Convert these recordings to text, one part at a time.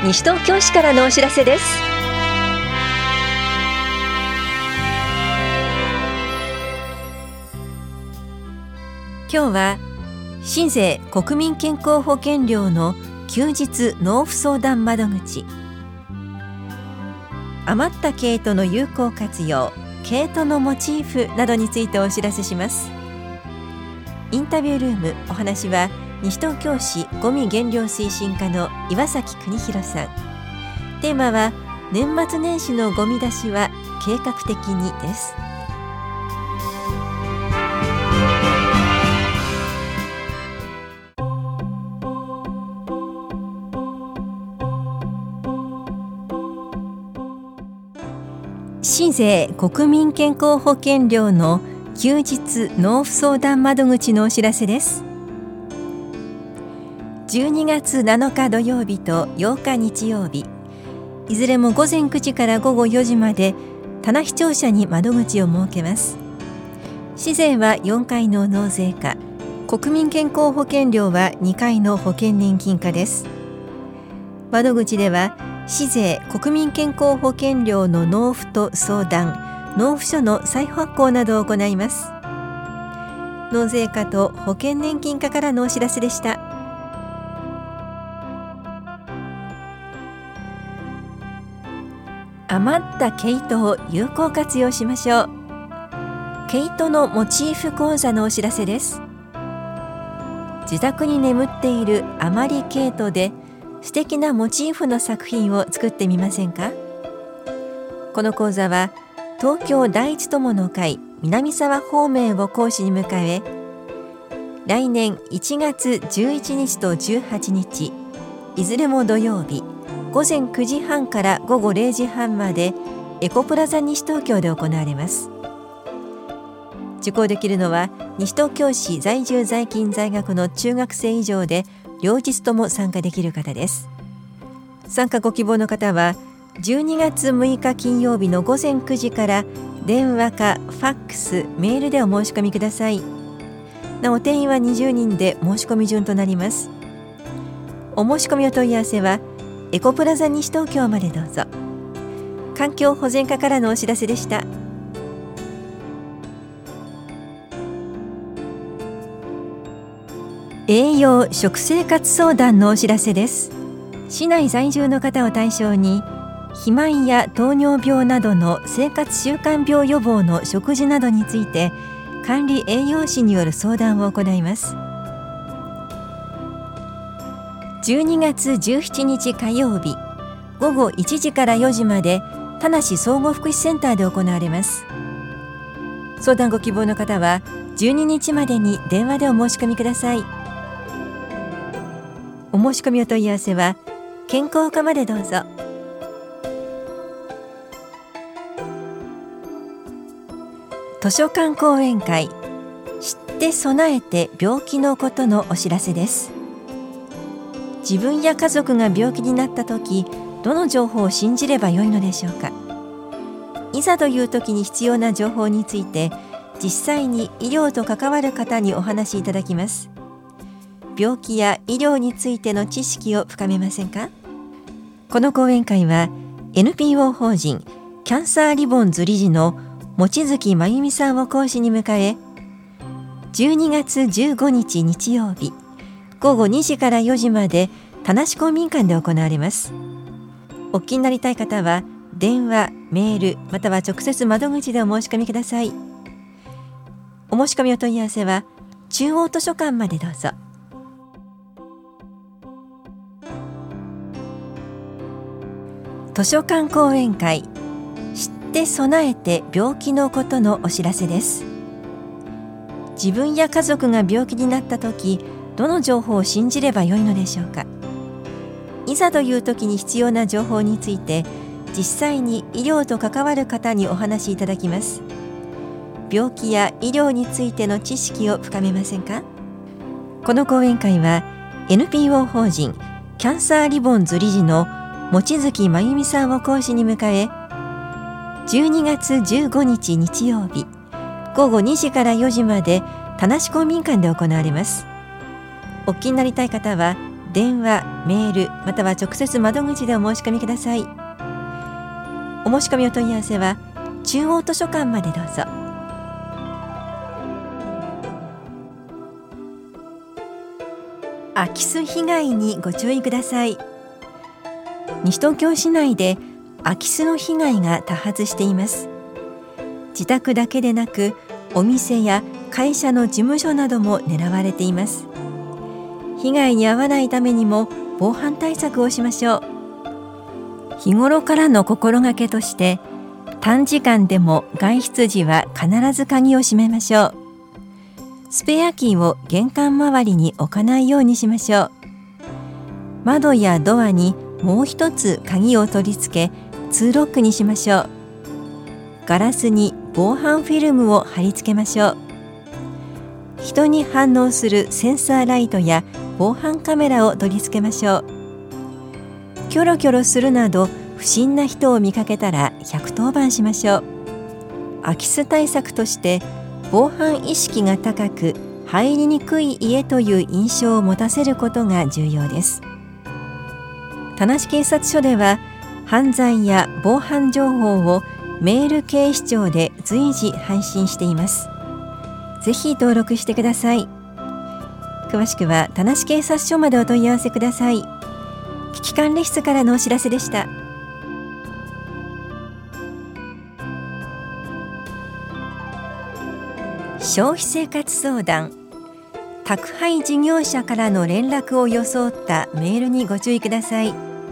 西東京市からのお知らせです。今日は市税国民健康保険料の休日納付相談窓口、余った毛糸の有効活用、毛糸のモチーフなどについてお知らせします。インタビュールーム、お話は西東京市ゴミ減量推進課の岩崎邦弘さん。テーマは年末年始のゴミ出しは計画的にです。市税国民健康保険料の休日納付相談窓口のお知らせです。12月7日土曜日と8日日曜日、いずれも午前9時から午後4時まで棚視聴者に窓口を設けます。市税は4回の納税課、国民健康保険料は2回の保険年金課です。窓口では市税国民健康保険料の納付と相談、納付書の再発行などを行います。納税課と保険年金課からのお知らせでした。余った毛糸を有効活用しましょう。毛糸のモチーフ講座のお知らせです。自宅に眠っている余り毛糸で素敵なモチーフの作品を作ってみませんか。この講座は東京第一友の会南沢方面を講師に迎え、来年1月11日と18日、いずれも土曜日、午前9時半から午後0時半までエコプラザ西東京で行われます。受講できるのは西東京市在住在勤在学の中学生以上で、両日とも参加できる方です。参加ご希望の方は12月6日金曜日の午前9時から電話かファックス、メールでお申し込みください。なお定員は20人で申し込み順となります。お申し込みお問い合わせはエコプラザ西東京までどうぞ。環境保全課からのお知らせでした。栄養食生活相談のお知らせです。市内在住の方を対象に肥満や糖尿病などの生活習慣病予防の食事などについて管理栄養士による相談を行います。12月17日火曜日午後1時から4時まで田無総合福祉センターで行われます。相談ご希望の方は12日までに電話でお申し込みください。お申し込みお問い合わせは健康課までどうぞ。図書館講演会、知って備えて病気のことのお知らせです。自分や家族が病気になったとき、どの情報を信じればよいのでしょうか。いざという時に必要な情報について、実際に医療と関わる方にお話しいただきます。病気や医療についての知識を深めませんか。この講演会は NPO 法人キャンサーリボンズ理事の望月真由美さんを講師に迎え、12月15日日曜日午後2時から4時まで田無公民館で行われます。お聞きになりたい方は電話、メールまたは直接窓口でお申し込みください。お申し込みお問い合わせは中央図書館までどうぞ。図書館講演会、知って備えて病気のことのお知らせです。自分や家族が病気になったとき、どの情報を信じればよいのでしょうか。いざという時に必要な情報について、実際に医療と関わる方にお話しいただきます。病気や医療についての知識を深めませんか。この講演会は NPO 法人キャンサーリボンズ理事の望月真由美さんを講師に迎え、12月15日日曜日午後2時から4時まで田無公民館で行われます。お聞きになりたい方は電話、メールまたは直接窓口でお申し込みください。お申し込みお問い合わせは中央図書館までどうぞ。空き巣被害にご注意ください。西東京市内で空き巣の被害が多発しています。自宅だけでなくお店や会社の事務所なども狙われています。被害に遭わないためにも防犯対策をしましょう。日頃からの心がけとして短時間でも外出時は必ず鍵を閉めましょう。スペアキーを玄関周りに置かないようにしましょう。窓やドアにもう一つ鍵を取り付けツーロックにしましょう。ガラスに防犯フィルムを貼り付けましょう。人に反応するセンサーライトや防犯カメラを取り付けましょう。キョロキョロするなど不審な人を見かけたら110番しましょう。空き巣対策として防犯意識が高く入りにくい家という印象を持たせることが重要です。田無警察署では犯罪や防犯情報をメール警視庁で随時配信しています。ぜひ登録してください。詳しくは田無警察署までお問い合わせください。危機管理室からのお知らせでした。消費生活相談、宅配事業者からの連絡を装ったメールにご注意ください。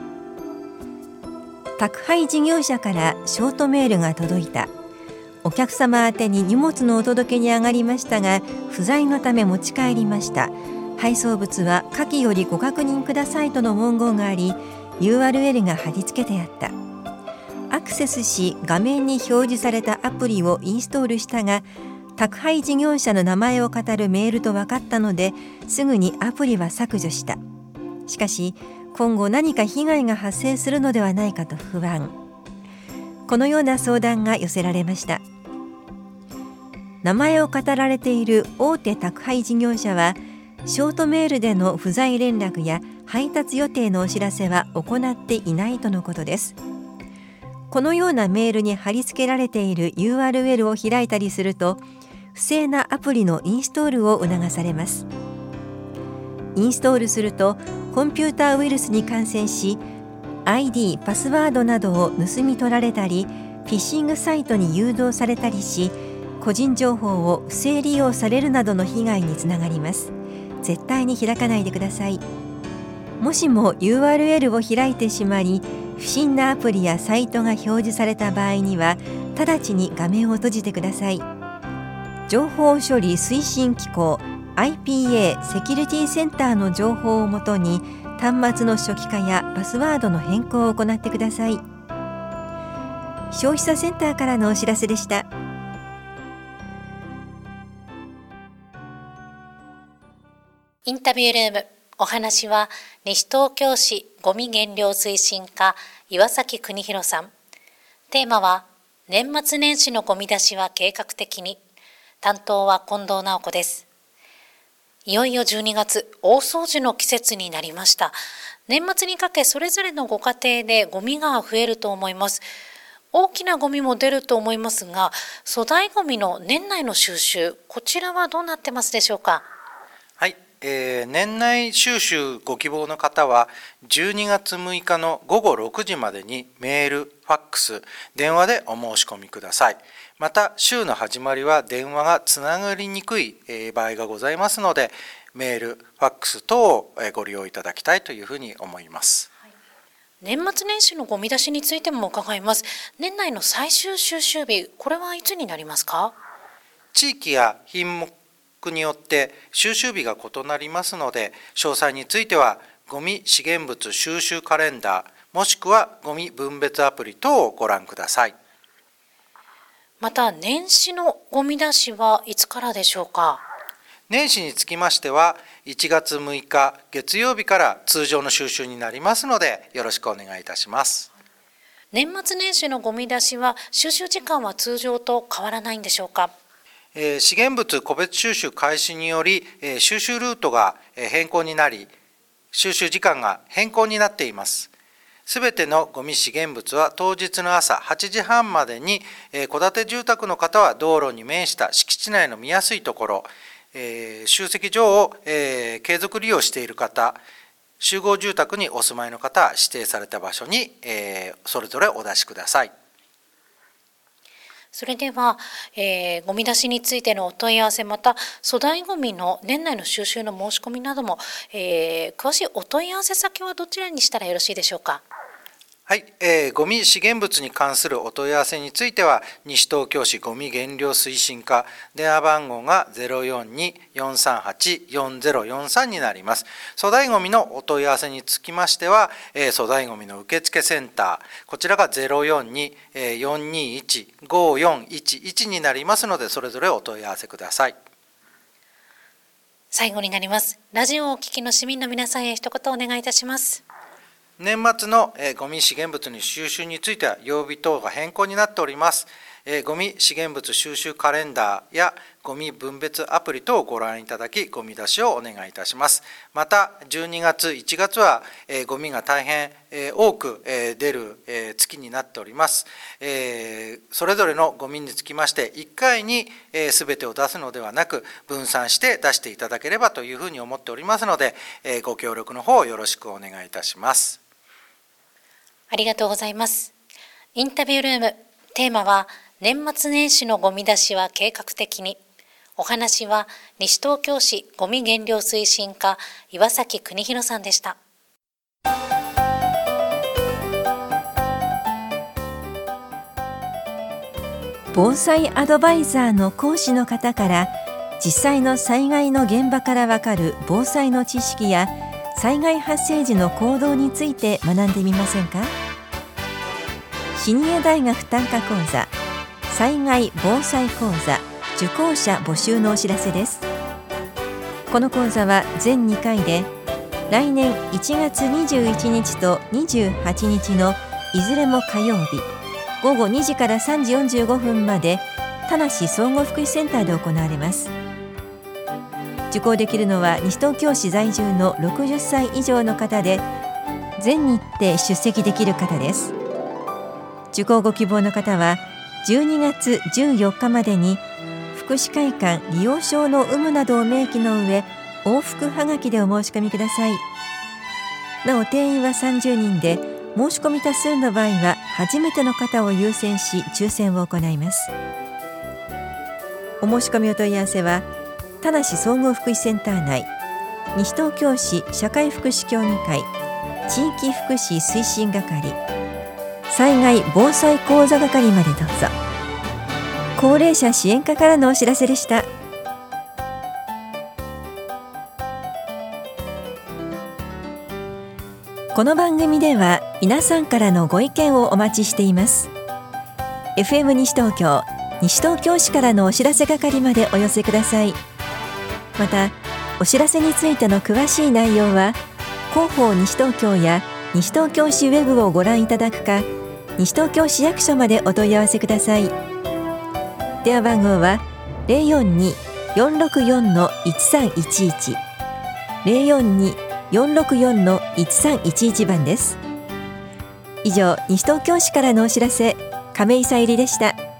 宅配事業者からショートメールが届いた。お客様宛てに荷物のお届けに上がりましたが不在のため持ち帰りました。配送物は下記よりご確認くださいとの文言があり URL が貼り付けてあった。アクセスし画面に表示されたアプリをインストールしたが宅配事業者の名前を語るメールと分かったのですぐにアプリは削除した。しかし今後何か被害が発生するのではないかと不安。このような相談が寄せられました。名前を語られている大手宅配事業者はショートメールでの不在連絡や配達予定のお知らせは行っていないとのことです。このようなメールに貼り付けられている URL を開いたりすると不正なアプリのインストールを促されます。インストールするとコンピューターウイルスに感染し ID、パスワードなどを盗み取られたりフィッシングサイトに誘導されたりし個人情報を不正利用されるなどの被害につながります。絶対に開かないでください。もしも URL を開いてしまい不審なアプリやサイトが表示された場合には直ちに画面を閉じてください。情報処理推進機構 IPA セキュリティセンターの情報をもとに端末の初期化やパスワードの変更を行ってください。消費者センターからのお知らせでした。 インタビュールーム、お話は西東京市ごみ減量推進課岩崎邦弘さん。テーマは年末年始のゴミ出しは計画的に。担当は近藤直子です。いよいよ12月、大掃除の季節になりました。年末にかけそれぞれのご家庭でゴミが増えると思います。大きなゴミも出ると思いますが、粗大ゴミの年内の収集、こちらはどうなってますでしょうか。 はい、年内収集ご希望の方は12月6日の午後6時までにメール、ファックス、電話でお申し込みください。また週の始まりは電話がつながりにくい場合がございますのでメール、ファックス等をご利用いただきたいというふうに思います。 年末年始のゴミ出しについても伺います。年内の最終収集日、これはいつになりますか。 地域や品目によって収集日が異なりますので詳細についてはゴミ資源物収集カレンダーもしくはゴミ分別アプリ等をご覧ください。 また年始のゴミ出しはいつからでしょうか。 年始につきましては1月6日月曜日から通常の収集になりますのでよろしくお願いいたします。 年末年始のゴミ出しは収集時間は通常と変わらないんでしょうか。 資源物個別収集開始により収集ルートが変更になり収集時間が変更になっています。すべてのゴミ資源物は当日の朝8時半までに、戸建て住宅の方は道路に面した敷地内の見やすいところ、集積場を、継続利用している方、集合住宅にお住まいの方は指定された場所に、それぞれお出しください。 それでは、ゴミ出しについてのお問い合わせ、また粗大ゴミの年内の収集の申し込みなども、詳しいお問い合わせ先はどちらにしたらよろしいでしょうか。 はい、ゴミ資源物に関するお問い合わせについては、西東京市ゴミ減量推進課、電話番号が 042-438-4043 になります。粗大ゴミのお問い合わせにつきましては、粗大ゴミの受付センター、こちらが 042-421-5411 になりますので、それぞれお問い合わせください。 最後になります。ラジオをお聞きの市民の皆さんへ一言お願いいたします。 年末のゴミ資源物の収集については曜日等が変更になっております。ゴミ資源物収集カレンダーやゴミ分別アプリ等をご覧いただき、ゴミ出しをお願いいたします。また12月1月はゴミが大変多く出る月になっております。それぞれのゴミにつきまして1回に全てを出すのではなく、分散して出していただければというふうに思っておりますので、ご協力の方よろしくお願いいたします。 ありがとうございます。インタビュールーム、テーマは年末年始のゴミ出しは計画的に。お話は西東京市ゴミ減量推進課岩崎邦弘さんでした。 防災アドバイザーの講師の方から、実際の災害の現場からわかる防災の知識や災害発生時の行動について学んでみませんか。シニア大学単価講座災害防災講座受講者募集のお知らせです。この講座は全2回で、来年1月21日と28日のいずれも火曜日午後2時から3時45分まで、田梨総合福祉センターで行われます。受講できるのは西東京市在住の60歳以上の方で、全日程出席できる方です。受講ご希望の方は12月14日までに福祉会館利用証の有無などを明記の上、往復はがきでお申し込みください。なお定員は30人で、申し込み多数の場合は初めての方を優先し抽選を行います。お申し込みお問い合わせは田梨総合福祉センター内西東京市社会福祉協議会地域福祉推進係災害防災講座係までどうぞ。高齢者支援課からのお知らせでした。この番組では皆さんからのご意見をお待ちしています。 FM 西東京西東京市からのお知らせ係までお寄せください。またお知らせについての詳しい内容は広報西東京や西東京市ウェブをご覧いただくか、西東京市役所までお問い合わせください。電話番号は 042-464-1311 042-464-1311 番です。以上、西東京市からのお知らせ、亀井さゆりでした。